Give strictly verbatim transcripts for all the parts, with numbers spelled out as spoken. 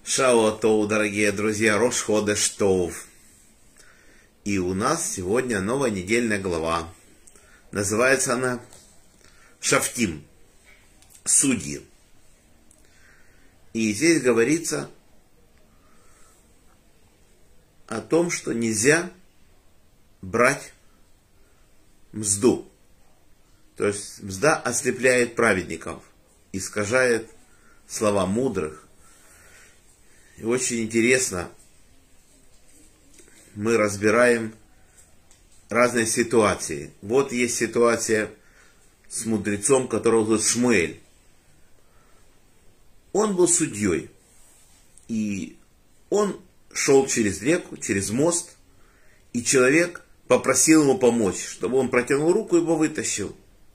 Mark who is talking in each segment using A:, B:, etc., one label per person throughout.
A: Шао Тоу, дорогие друзья, Рош Ходеш Тоув. И у нас сегодня новая недельная глава. Называется она Шафтим, судьи. И здесь говорится о том, что нельзя брать мзду. То есть мзда ослепляет праведников, искажает слова мудрых. И очень интересно, мы разбираем разные ситуации. Вот есть ситуация с мудрецом, которого зовут Шмуэль. Он был судьей, и он шел через реку, через мост, и человек попросил ему помочь, чтобы он протянул руку и его вытащил.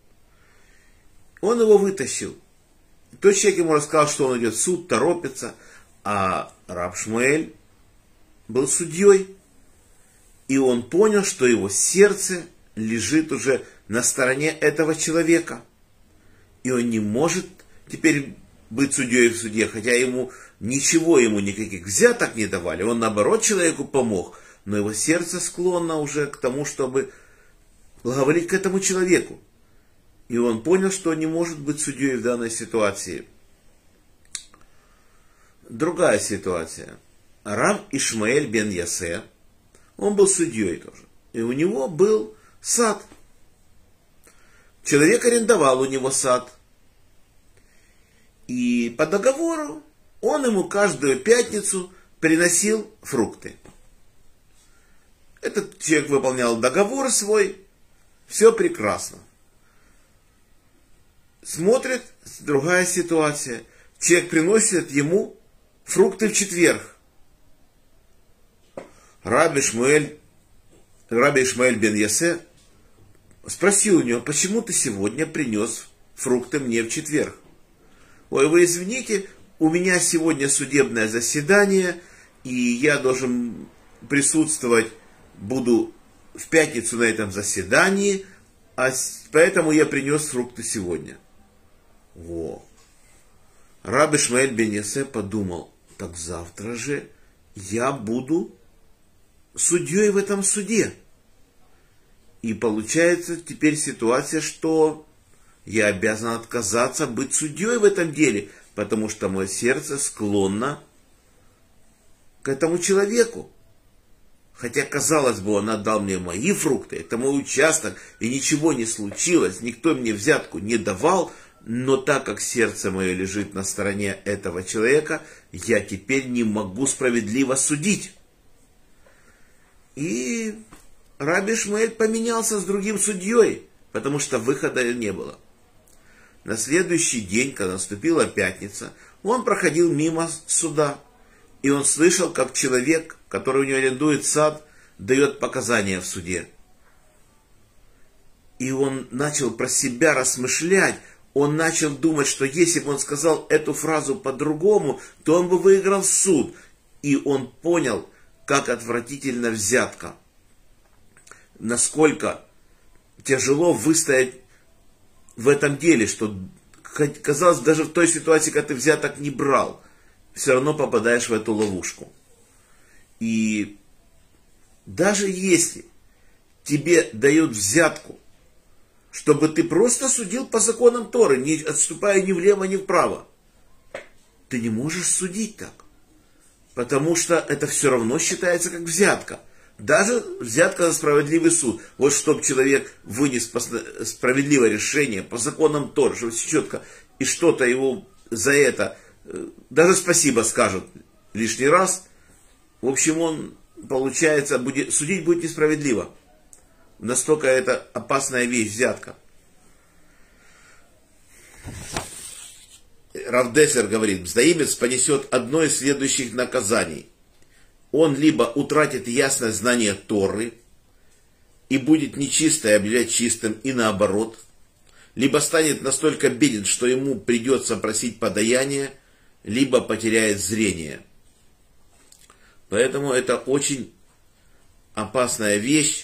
A: Он его вытащил. Тот человек ему рассказал, что он идет в суд, торопится, а раб Шмуэль был судьей, и он понял, что его сердце лежит уже на стороне этого человека. И он не может теперь быть судьей в суде, хотя ему ничего, ему никаких взяток не давали. Он наоборот человеку помог, но его сердце склонно уже к тому, чтобы благоволить к этому человеку. И он понял, что не может быть судьей в данной ситуации. Другая ситуация. Рав Ишмаэль бен Ясе, он был судьей тоже. И у него был сад. Человек арендовал у него сад. И по договору он ему каждую пятницу приносил фрукты. Этот человек выполнял договор свой. Все прекрасно. Смотрит, другая ситуация. Человек приносит ему фрукты в четверг. Раби Шмуэль, Раби Ишмаэль бен Ясе спросил у него: почему ты сегодня принес фрукты мне в четверг? Ой, вы извините, у меня сегодня судебное заседание, и я должен присутствовать, буду в пятницу на этом заседании, а поэтому я принес фрукты сегодня. Во. Раби Ишмаэль бен Ясе подумал: так завтра же я буду судьей в этом суде. И получается теперь ситуация, что я обязан отказаться быть судьей в этом деле, потому что мое сердце склонно к этому человеку. Хотя, казалось бы, он отдал мне мои фрукты, это мой участок, и ничего не случилось, никто мне взятку не давал, но так как сердце мое лежит на стороне этого человека, я теперь не могу справедливо судить. И Раби Ишмаэль поменялся с другим судьей, потому что выхода не было. На следующий день, когда наступила пятница, он проходил мимо суда, и он слышал, как человек, который у него арендует сад, дает показания в суде. И он начал про себя размышлять, он начал думать, что если бы он сказал эту фразу по-другому, то он бы выиграл суд. И он понял, как отвратительна взятка. Насколько тяжело выстоять в этом деле, что, казалось, даже в той ситуации, когда ты взяток не брал, все равно попадаешь в эту ловушку. И даже если тебе дают взятку, чтобы ты просто судил по законам Торы, не отступая ни влево, ни вправо, ты не можешь судить так. Потому что это все равно считается как взятка. Даже взятка за справедливый суд. Вот чтобы человек вынес справедливое решение по законам Торы, чтобы все четко, и что-то его за это, даже спасибо скажут лишний раз. В общем, он, получается, будет, судить будет несправедливо. Настолько это опасная вещь, взятка. Рав Дессер говорит: мздоимец понесет одно из следующих наказаний. Он либо утратит ясное знание Торы и будет нечистое объявлять чистым, и наоборот, либо станет настолько беден, что ему придется просить подаяние, либо потеряет зрение. Поэтому это очень опасная вещь,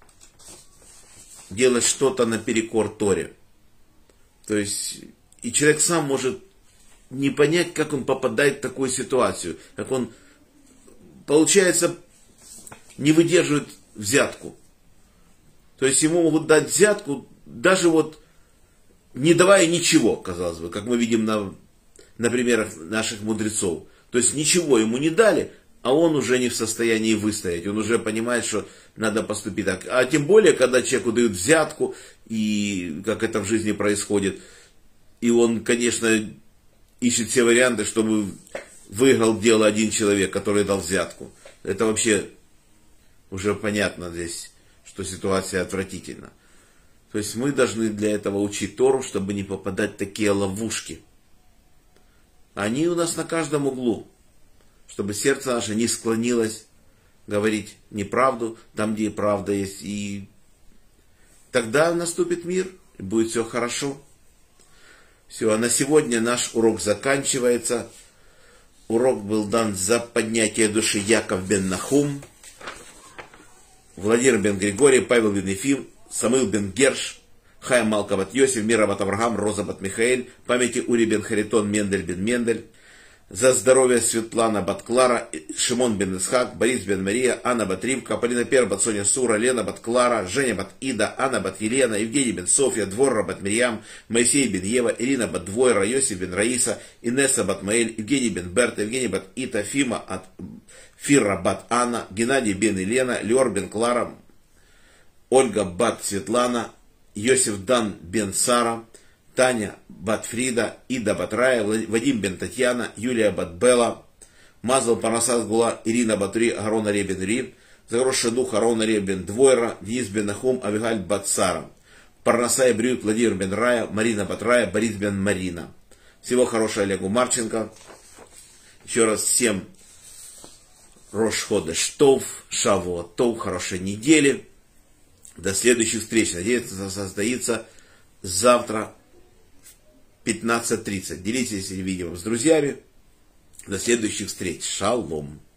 A: делать что-то наперекор Торе. То есть и человек сам может не понять, как он попадает в такую ситуацию. Как он, получается, не выдерживает взятку. То есть ему могут дать взятку, даже вот не давая ничего, казалось бы, как мы видим на, на примерах наших мудрецов. То есть ничего ему не дали, а он уже не в состоянии выстоять. Он уже понимает, что надо поступить так. А тем более, когда человеку дают взятку, и как это в жизни происходит, и он, конечно, ищет все варианты, чтобы выиграл дело один человек, который дал взятку. Это вообще уже понятно здесь, что ситуация отвратительна. То есть мы должны для этого учить Тору, чтобы не попадать в такие ловушки. Они у нас на каждом углу. Чтобы сердце наше не склонилось говорить неправду там, где и правда есть. И тогда наступит мир, и будет все хорошо. Все, а на сегодня наш урок заканчивается. Урок был дан за поднятие души Яков бен Нахум, Владимир бен Григорий, Павел бен Ефим, Самуил бен Герш, Хаим Малка бат Йосиф, Мира бат Авраам, Роза бат Михаэль, памяти Ури бен Харитон, Мендель бен Мендель, за здоровье Светлана бат Клара, Шимон бен Исхак, Борис бен Мария, Анна бат Ривка, Полина Пер бат Соня Сура, Лена бат Клара, Женя бат Ида, Анна бат Елена, Евгений бен Софья, Дворра бат Мирьям, Моисей бен Ева, Ирина бат Двойра, Йосиф бен Раиса, Инесса бат Маэль, Евгений бен Берта, Евгений бат Ита, Фима от Фирра бат Анна, Геннадий бен Елена, Леор бен Клара, Ольга бат Светлана, Йосиф Дан бен Сара, Таня бат Фрида, Ида бат Рая, Вадим бен Татьяна, Юлия бат Белла, Мазал Парнасас Гула, Ирина бат Ри, Гарон Аре бен Ри, Загроший дух Гарон Аре бен Двойра, Денис бен Нахум, Авигаль бат Сара, Парнасай Брюк, Владимир бен Рая, Марина бат Рая, Борис бен Марина. Всего хорошего Олегу Марченко. Еще раз всем Рош Ходеш Тов, Шавуа Тов, хорошей недели. До следующих встреч. Надеюсь, это состоится завтра в пятнадцать тридцать. Делитесь этим видео с друзьями. До следующих встреч. Шалом.